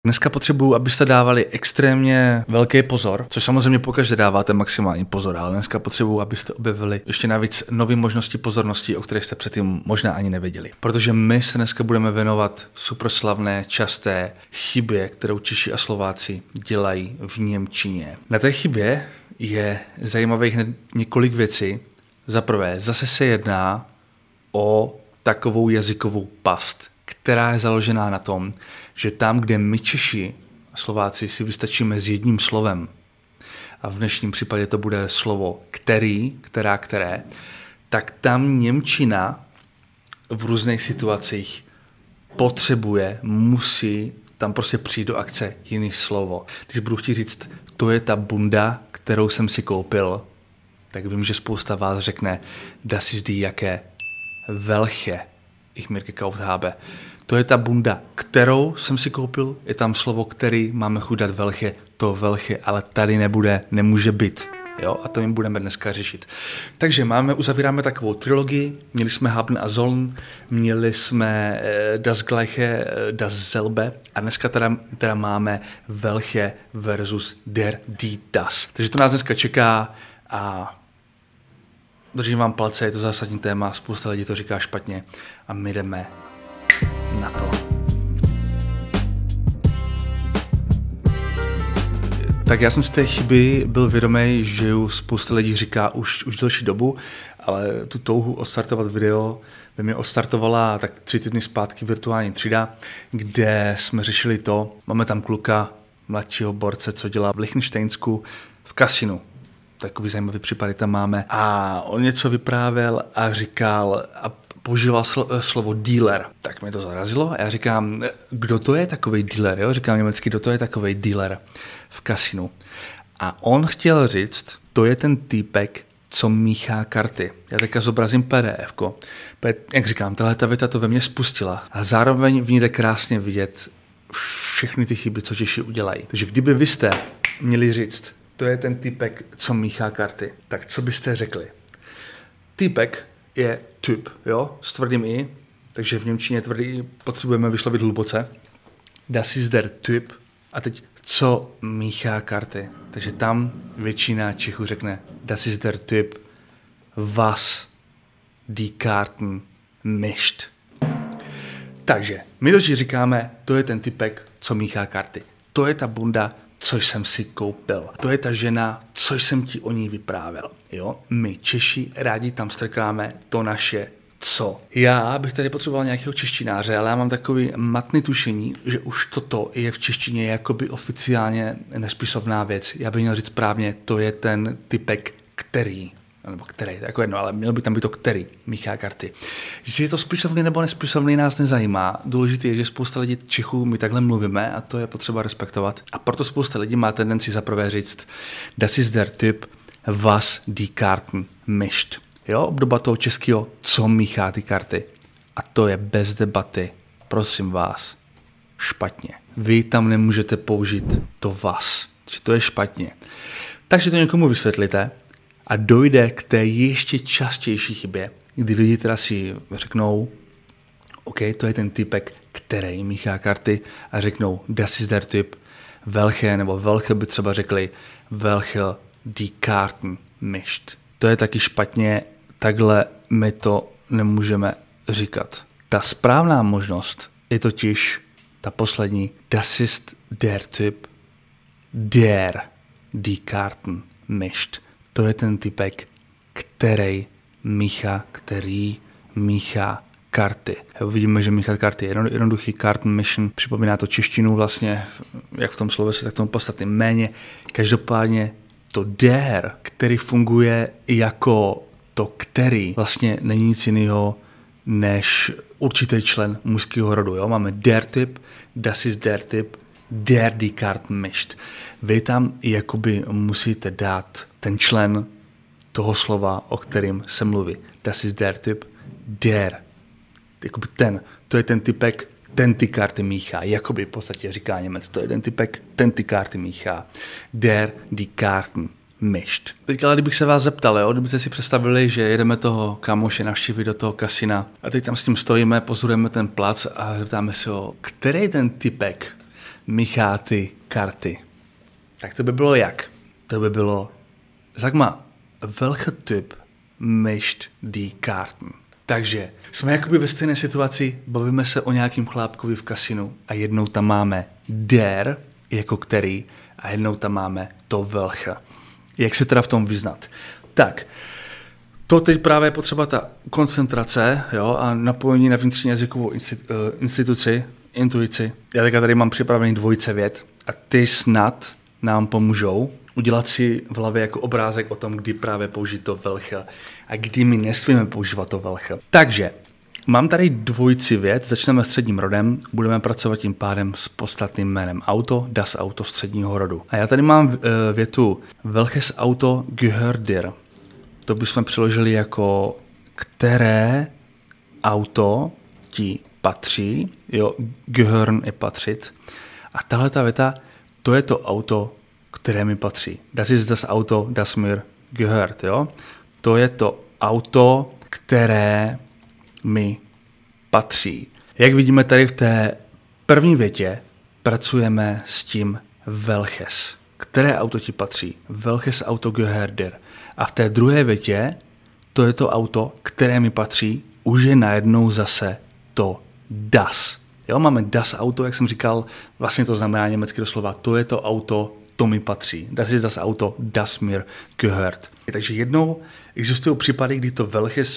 Dneska potřebuju, abyste dávali extrémně velký pozor, což samozřejmě pokaždé dáváte maximální pozor, ale dneska potřebuju, abyste objevili ještě navíc nové možnosti pozornosti, o kterých jste předtím možná ani nevěděli. Protože my se dneska budeme věnovat superslavné, časté chybě, kterou Češi a Slováci dělají v němčině. Na té chybě je zajímavých hned několik věcí. Za prvé, zase se jedná o takovou jazykovou past, která je založená na tom, že tam, kde my Češi a Slováci si vystačíme s jedním slovem, a v dnešním případě to bude slovo který, která, které, tak tam němčina v různých situacích potřebuje, musí tam prostě přijít do akce jiný slovo. Když budu chtít říct, to je ta bunda, kterou jsem si koupil, tak vím, že spousta vás řekne, das ist die Jacke, welche ich mir gekauft habe. To je ta bunda, kterou jsem si koupil, je tam slovo, který máme chudat velche, to velche, ale tady nebude, nemůže být. Jo? A to my budeme dneska řešit. Takže uzavíráme takovou trilogii, měli jsme Haben a Sollen, měli jsme Das Gleiche, Das Selbe a dneska teda máme welche versus der, die, das. Takže to nás dneska čeká a držím vám palce, je to zásadní téma, spousta lidí to říká špatně a my jdeme na to. Tak já jsem z té chyby byl vědomý, že ju spousta lidí říká už delší dobu, ale tu touhu odstartovat video by mě odstartovala tak 3 týdny zpátky virtuální třída, kde jsme řešili to, máme tam kluka, mladšího borce, co dělá v Lichtensteinsku v kasinu. Takový zajímavý případy tam máme. A on něco vyprávěl a říkal a používal slovo dealer. Tak mě to zarazilo a já říkám, kdo to je takovej dealer? Jo? Říkám německy, kdo to je takovej dealer v kasinu. A on chtěl říct, to je ten týpek, co míchá karty. Já teďka zobrazím PDF-ko. Jak říkám, tato věta to ve mně spustila. A zároveň v ní jde krásně vidět všechny ty chyby, co Češi udělají. Takže kdyby vy jste měli říct, to je ten týpek, co míchá karty, tak co byste řekli? Týpek je typ, jo, s tvrdým i, takže v němčině tvrdý i potřebujeme vyslovit hluboce. Das ist der Typ. A teď, co míchá karty? Takže tam většina Čechů řekne, das ist der Typ, was die Karten mischt. Takže my totiž říkáme, to je ten typek, co míchá karty. To je ta bunda, což jsem si koupil. To je ta žena, což jsem ti o ní vyprávěl. Jo? My Češi rádi tam strkáme to naše co. Já bych tady potřeboval nějakého češtináře, ale já mám takový matný tušení, že už toto je v češtině jakoby oficiálně nespisovná věc. Já bych měl říct správně, to je ten typek, který, nebo který, jako jedno, ale měl by tam být to který, míchá karty. Že je to spisovný nebo nespisovný, nás nezajímá. Důležité je, že spousta lidí Čechů my takhle mluvíme a to je potřeba respektovat. A proto spousta lidí má tendenci zaprvé říct, das ist der Typ, was die Karten mischt. Jo, obdoba toho českého, co míchá ty karty. A to je bez debaty, prosím vás, špatně. Vy tam nemůžete použít to was, že to je špatně. Takže to někomu vysvětlíte a dojde k té ještě častější chybě, kdy lidi teda si řeknou, OK, to je ten typek, který míchá karty a řeknou, das ist der Typ, welche, nebo welche by třeba řekli, welche die Karten mischt. To je taky špatně, takhle my to nemůžeme říkat. Ta správná možnost je totiž ta poslední, das ist der Typ, der die Karten mischt. To je ten typek, který míchá karty. Vidíme, že míchat karty je jednoduchý, Karten mission, připomíná to češtinu vlastně, jak v tom slovese, tak tomu podstatně méně. Každopádně to der, který funguje jako to který, vlastně není nic jiného než určitý člen mužského rodu. Jo? Máme der Typ, das ist der Typ, der die Karten mischt. Vy tam jakoby musíte dát ten člen toho slova, o kterým se mluví. Das ist der Typ, der. Jakoby ten. To je ten typek, ten ty karty míchá. Jakoby v podstatě říká Němec. To je ten typek, ten ty karty míchá. Der die Karten mischt. Teď ale kdybych se vás zeptal, jo, kdybyste si představili, že jedeme toho kamoše navštívit do toho kasina a teď tam s tím stojíme, pozorujeme ten plac a zeptáme se ho, který ten typek míchá ty karty. Tak to by bylo jak? To by bylo, sag mal, welcher Typ mischt die Karten? Takže jsme jakoby ve stejné situaci, bavíme se o nějakým chlápkovi v kasinu a jednou tam máme der, jako který, a jednou tam máme to welcher. Jak se teda v tom vyznat? Tak, to teď právě je potřeba ta koncentrace, jo, a napojení na vnitřní jazykovou intuici. Já teďka tady mám připravený dvojice vět a ty snad nám pomůžou udělat si v hlavě jako obrázek o tom, kdy právě použít to welcher a kdy my nesmíme používat to welcher. Takže mám tady dvojici vět, začneme středním rodem, budeme pracovat tím pádem s podstatným jménem auto, das Auto středního rodu. A já tady mám větu welches Auto gehört dir. To bychom přeložili jako které auto ti patří, jo, gehören je patřit. A tahle ta věta, to je to auto, které mi patří. Das ist das Auto, das mir gehört, jo. To je to auto, které mi patří. Jak vidíme tady v té první větě, pracujeme s tím welches. Které auto ti patří? Welches Auto gehört dir? A v té druhé větě, to je to auto, které mi patří, už je najednou zase to das. Jo, máme das Auto, jak jsem říkal, vlastně to znamená německy doslova, to je to auto, to mi patří. Das ist das Auto, das mir gehört. Takže jednou existují případy, kdy to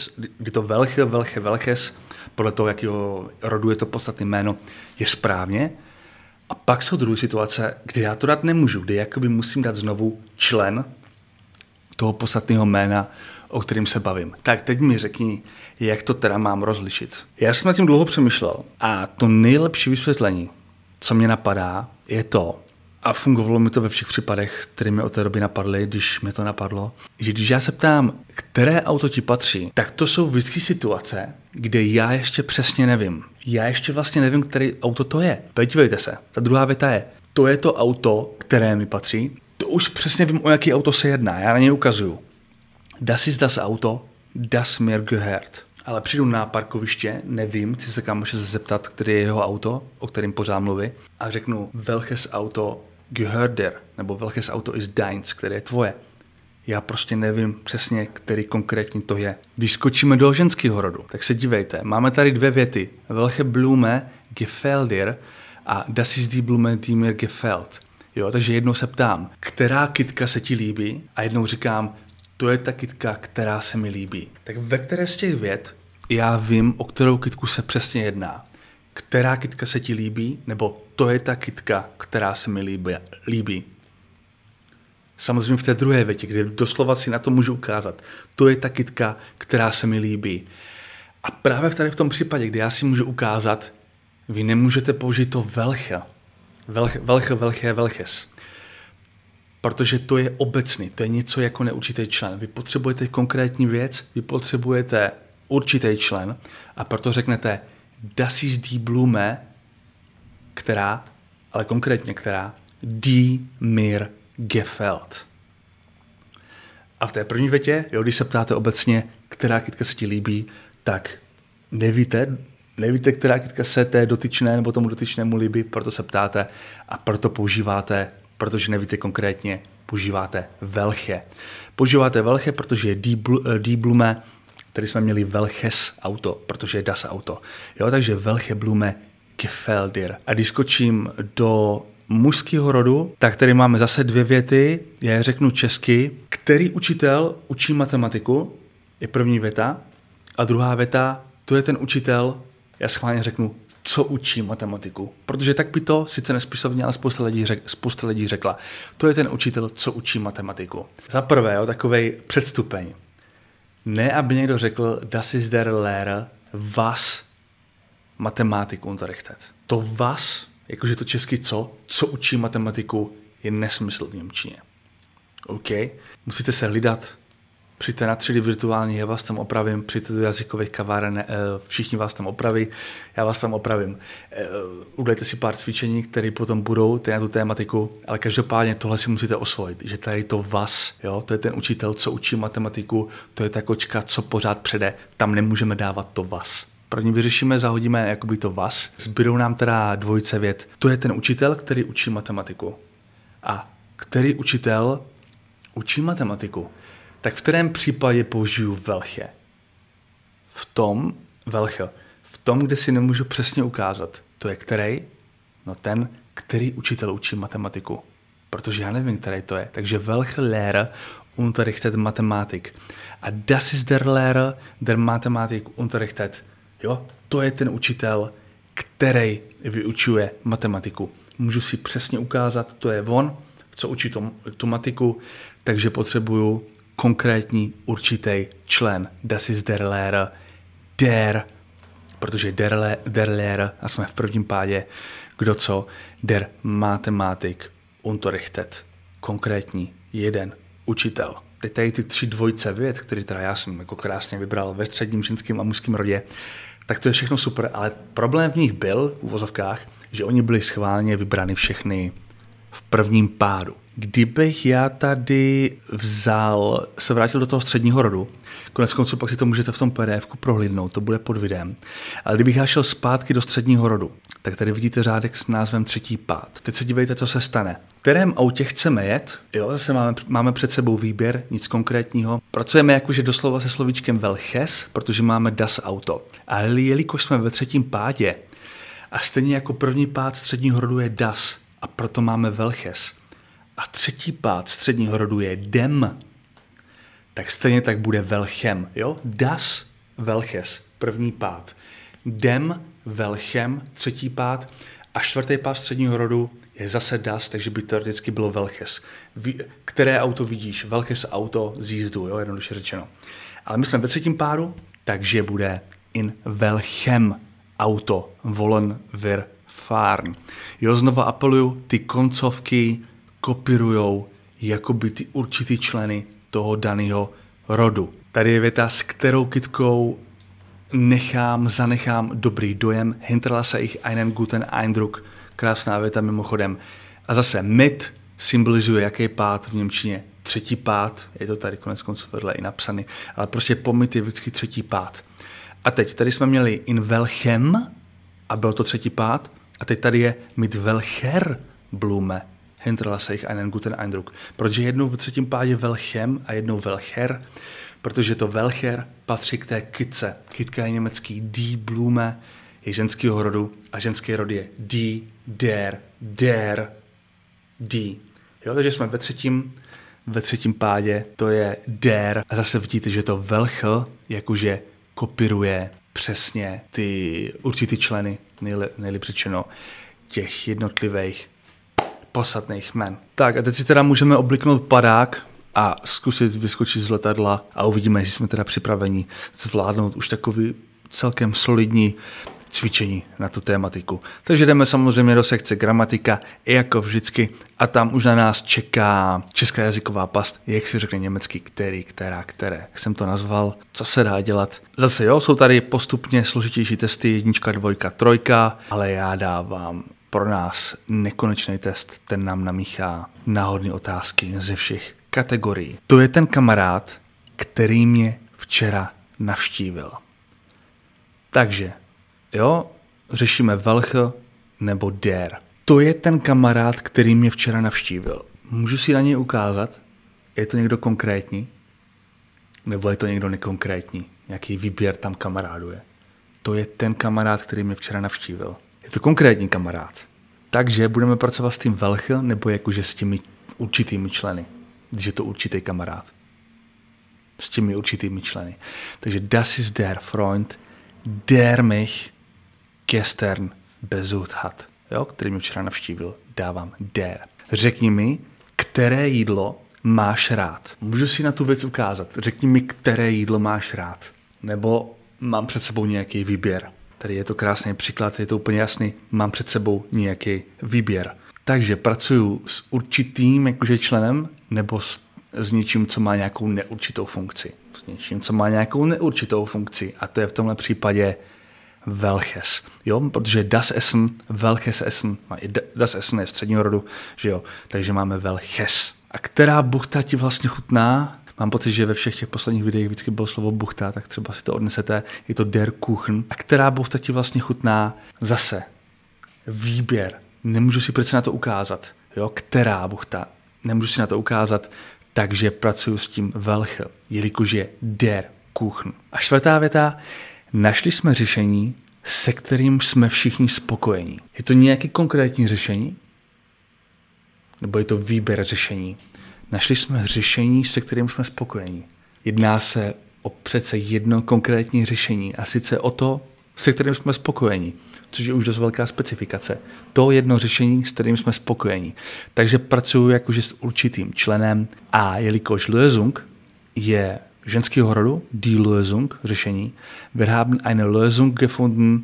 welches, podle toho, jakého rodu je to podstatné jméno, je správně. A pak jsou druhé situace, kde já to dát nemůžu, kde jakoby musím dát znovu člen toho podstatného jména, o kterým se bavím. Tak teď mi řekni, jak to teda mám rozlišit. Já jsem nad tím dlouho přemýšlel a to nejlepší vysvětlení, co mě napadá, je to, a fungovalo mi to ve všech případech, které mi od té doby napadly, když mě to napadlo, že když já se ptám, které auto ti patří, tak to jsou vždycky situace, kde já ještě přesně nevím. Já ještě vlastně nevím, který auto to je. Podívejte se, ta druhá věta je, to je to auto, které mi patří, to už přesně vím, o jaký auto se jedná, já na něj ukazuju. Das ist das Auto, das mir gehört. Ale přijdu na parkoviště, nevím, chci se kámoše zeptat, který je jeho auto, o kterém pořád mluví, a řeknu, welches Auto gehört dir, nebo welches Auto ist deins, které je tvoje. Já prostě nevím přesně, který konkrétní to je. Když skočíme do ženského rodu, tak se dívejte, máme tady dvě věty. Welche Blume gefällt dir a das ist die Blume, die mir gefällt. Jo, takže jednou se ptám, která kytka se ti líbí, a jednou říkám, to je ta kytka, která se mi líbí. Tak ve které z těch vět já vím, o kterou kytku se přesně jedná. Která kytka se ti líbí, nebo to je ta kytka, která se mi líbí. Samozřejmě v té druhé větě, kde doslova si na to můžu ukázat. To je ta kytka, která se mi líbí. A právě tady v tom případě, kdy já si můžu ukázat, vy nemůžete použít to welches. Protože to je obecný, to je něco jako neurčitý člen. Vy potřebujete konkrétní věc, vy potřebujete určitý člen a proto řeknete das ist die Blume, která, ale konkrétně která, die mir gefällt. A v té první větě, jo, když se ptáte obecně, která kytka se ti líbí, tak nevíte, která kytka se té dotyčné nebo tomu dotyčnému líbí, proto se ptáte a proto používáte, protože nevíte konkrétně, používáte welche. Používáte welche, protože je die Blume, tady jsme měli welches Auto, protože je das Auto. Jo, takže welche Blume gefällt dir. A když skočím do mužského rodu, tak tady máme zase dvě věty, já je řeknu česky. Který učitel učí matematiku, je první věta, a druhá věta, to je ten učitel, já schválně řeknu, co učí matematiku. Protože tak by to sice nespisovně, ale spousta lidí řekla. To je ten učitel, co učí matematiku. Za prvé, takovej předstupeň. Ne, aby někdo řekl, das ist der Lehrer, was Mathematik unterrichtet. To was, jakože to česky co učí matematiku, je nesmysl v němčině. OK? Musíte se hlídat, přijďte na třídy virtuálně, já vás tam opravím, přijďte do jazykových kaváren, všichni vás tam opraví, já vás tam opravím. Udělejte si pár cvičení, které potom budou na tu tématiku, ale každopádně tohle si musíte osvojit, že tady to vás, jo, to je ten učitel, co učí matematiku, to je ta kočka, co pořád přede, tam nemůžeme dávat to vás. První vyřešíme, zahodíme jakoby to was. Zbydou nám teda dvojice vět. To je ten učitel, který učí matematiku. A který učitel učí matematiku? Tak v kterém případě použiju velche? V tom, kde si nemůžu přesně ukázat. To je který? No ten, který učitel učí matematiku. Protože já nevím, který to je. Takže welcher Lehrer unterrichtet Mathematik. A das ist der Lehrer, der Mathematik unterrichtet. Jo, to je ten učitel, který vyučuje matematiku. Můžu si přesně ukázat, to je on, co učí tu matiku, takže potřebuju konkrétní určitý člen. Das ist der Lehrer, protože der Lehrer, a jsme v prvním pádě, kdo co, der Mathematik unterrichtet. Konkrétní jeden učitel. Teď tady ty 3 dvojice vět, které teda já jsem jako krásně vybral ve středním ženském a mužském rodě, tak to je všechno super, ale problém v nich byl, v uvozovkách, že oni byli schválně vybrány všechny v prvním pádu. Kdybych já tady se vrátil do toho středního rodu, koneckonců pak si to můžete v tom PDF-ku prohlídnout, to bude pod videem, ale kdybych já šel zpátky do středního rodu, tak tady vidíte řádek s názvem třetí pád. Teď se dívejte, co se stane. V kterém autě chceme jet? Jo, zase máme před sebou výběr, nic konkrétního. Pracujeme jakože doslova se slovíčkem welches, protože máme das Auto. Ale jelikož jsme ve třetím pádě a stejně jako první pád středního rodu je das a proto máme welches a třetí pád středního rodu je dem, tak stejně tak bude welchem. Jo? Das welches, první pád. Dem welchem, třetí pád a čtvrtý pád středního rodu je zase das, takže by teoreticky bylo welches. Které auto vidíš? Welches auto z jízdu, jo? Jednoduše řečeno. Ale my jsme ve třetím pádu, takže bude in welchem auto wollen wir fahren. Jo, znova apeluju, ty koncovky kopírujou jakoby ty určitý členy toho daného rodu. Tady je věta, s kterou kytkou zanechám dobrý dojem. Hinterlasse ich einen guten Eindruck. Krásná věta mimochodem. A zase mit symbolizuje jaký pád v němčině. Třetí pád, je to tady koneckonců vedle i napsaný, ale prostě pomit je vždycky třetí pád. A teď tady jsme měli in welchem a byl to třetí pád. A teď tady je mit welcher Blume. Hinterlasse ich einen guten Eindruck. Protože jednou v třetím pádě welchem a jednou welcher, protože to welcher patří k té kytce. Kytka je německý die Blume, je ženského rodu a ženský rod je die, der, die. Jo, takže jsme ve třetím pádě, to je der a zase vidíte, že to welcher jakože kopíruje přesně ty určitý členy, nejlépe řečeno, těch jednotlivých podstatných jmen. Tak a teď si teda můžeme obliknout padák a zkusit vyskočit z letadla a uvidíme, jestli jsme teda připraveni zvládnout už takový celkem solidní cvičení na tu tématiku. Takže jdeme samozřejmě do sekce gramatika, jako vždycky, a tam už na nás čeká česká jazyková past, jak si řekne německy, který, která, které. Jak jsem to nazval, co se dá dělat. Zase jo, jsou tady postupně složitější testy, 1, 2, 3, ale já dávám pro nás nekonečný test, ten nám namíchá náhodné otázky ze všech kategorií. To je ten kamarád, který mě včera navštívil. Takže, jo, řešíme welche nebo der. To je ten kamarád, který mě včera navštívil. Můžu si na něj ukázat? Je to někdo konkrétní? Nebo je to někdo nekonkrétní? Jaký výběr tam kamarádu je? To je ten kamarád, který mě včera navštívil. Je to konkrétní kamarád. Takže budeme pracovat s tím welche nebo jakože s těmi určitými členy. Když je to určitý kamarád. S těmi určitými členy. Takže das ist der Freund, der mich gestern besucht hat. Jo, který mě včera navštívil. Dávám der. Řekni mi, které jídlo máš rád. Můžu si na tu věc ukázat. Řekni mi, které jídlo máš rád. Nebo mám před sebou nějaký výběr. Tady je to krásný příklad, je to úplně jasný. Mám před sebou nějaký výběr. Takže pracuju s určitým jakože členem nebo s něčím, co má nějakou neurčitou funkci. S něčím, co má nějakou neurčitou funkci. A to je v tomhle případě welches. Jo, protože das Essen, welches Essen, das Essen je středního rodu, že jo, takže máme welches. A která buchta ti vlastně chutná? Mám pocit, že ve všech těch posledních videích vždycky bylo slovo buchta, tak třeba si to odnesete. Je to der Kuchen. A která buchta ti vlastně chutná? Zase výběr. Nemůžu si přece na to ukázat. Jo? Která buchta? Nemůžu si na to ukázat, takže pracuji s tím welche, jelikož je der Kuchen. A čtvrtá věta. Našli jsme řešení, se kterým jsme všichni spokojení. Je to nějaké konkrétní řešení? Nebo je to výběr řešení? Našli jsme řešení, se kterým jsme spokojení. Jedná se o přece jedno konkrétní řešení a sice o to, se kterým jsme spokojení, což je už dost velká specifikace. To jedno řešení, s kterým jsme spokojení. Takže pracuji jakože s určitým členem a jelikož Lösung je ženského rodu, die Lösung, řešení, wir haben eine Lösung gefunden,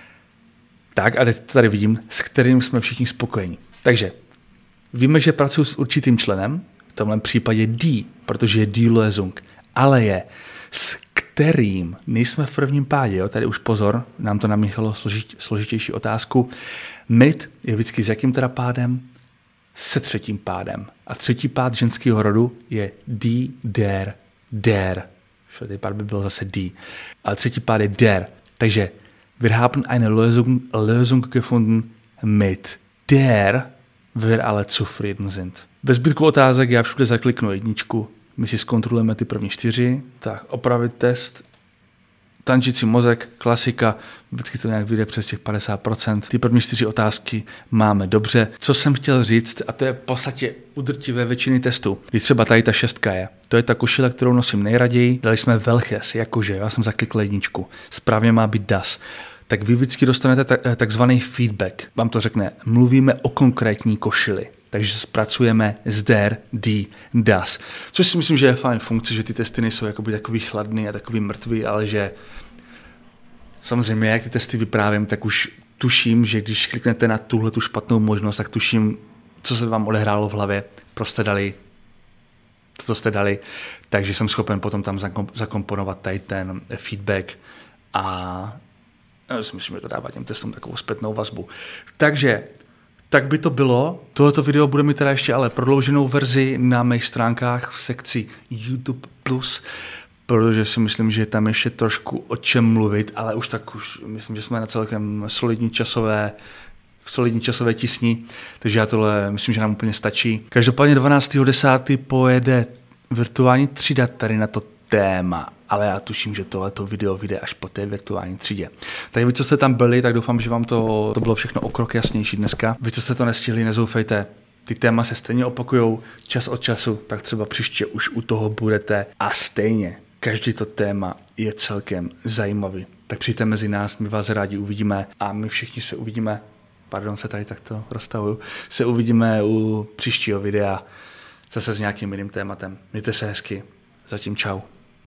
tak a teď tady vidím, s kterým jsme všichni spokojení. Takže víme, že pracuji s určitým členem, v tomhle případě die, protože je die Lösung, ale je s kterým, nejsme v prvním pádě, jo? Tady už pozor, nám to namíchalo složitější otázku. Mit je vždycky s jakým teda pádem? Se třetím pádem. A třetí pád ženského rodu je die, der. Čtvrtý pád by byl zase die. Ale třetí pád je der. Takže wir haben eine Lösung gefunden mit der wir alle zufrieden sind. Ve zbytku otázek já všude zakliknu jedničku. My si zkontrolujeme ty první 4. Tak, opravit test. Tančící mozek, klasika, vždycky to nějak vyjde přes těch 50%. Ty první 4 otázky máme dobře. Co jsem chtěl říct, a to je v podstatě u drtivé většiny testů. Když třeba tady ta 6 je, to je ta košile, kterou nosím nejraději. Dali jsme welches, jakože, já jsem zaklikl jedničku. Správně má být das. Tak vy vždycky dostanete takzvaný feedback. Vám to řekne, mluvíme o konkrétní košili. Takže zpracujeme z der, die, das. Což si myslím, že je fajn funkce, že ty testy nejsou jakoby takový chladný a takový mrtvý, ale že samozřejmě, jak ty testy vyprávím, tak už tuším, že když kliknete na tuhle tu špatnou možnost, tak tuším, co se vám odehrálo v hlavě, proč jste dali to, co jste dali, takže jsem schopen potom tam zakomponovat tady ten feedback a já si myslím, že to dává těm testům takovou zpětnou vazbu. Takže tak by to bylo. Tohoto video bude mít teda ještě ale prodlouženou verzi na mých stránkách v sekci YouTube+, protože si myslím, že tam ještě trošku o čem mluvit, ale už myslím, že jsme na celkem solidní časové tísni, takže já tohle myslím, že nám úplně stačí. Každopádně 12.10. pojede virtuální třída tady na to téma, ale já tuším, že tohleto video vyjde až po té virtuální třídě. Tak vy, co jste tam byli, tak doufám, že vám to bylo všechno o krok jasnější dneska. Vy, co jste to nestihli, nezoufejte. Ty téma se stejně opakujou čas od času, tak třeba příště už u toho budete a stejně. Každý to téma je celkem zajímavý. Tak přijďte mezi nás, my vás rádi uvidíme a my všichni se uvidíme, se tady takto rozstavuju, se uvidíme u příštího videa zase s nějakým jiným tématem. Mějte se hezky, zatím čau.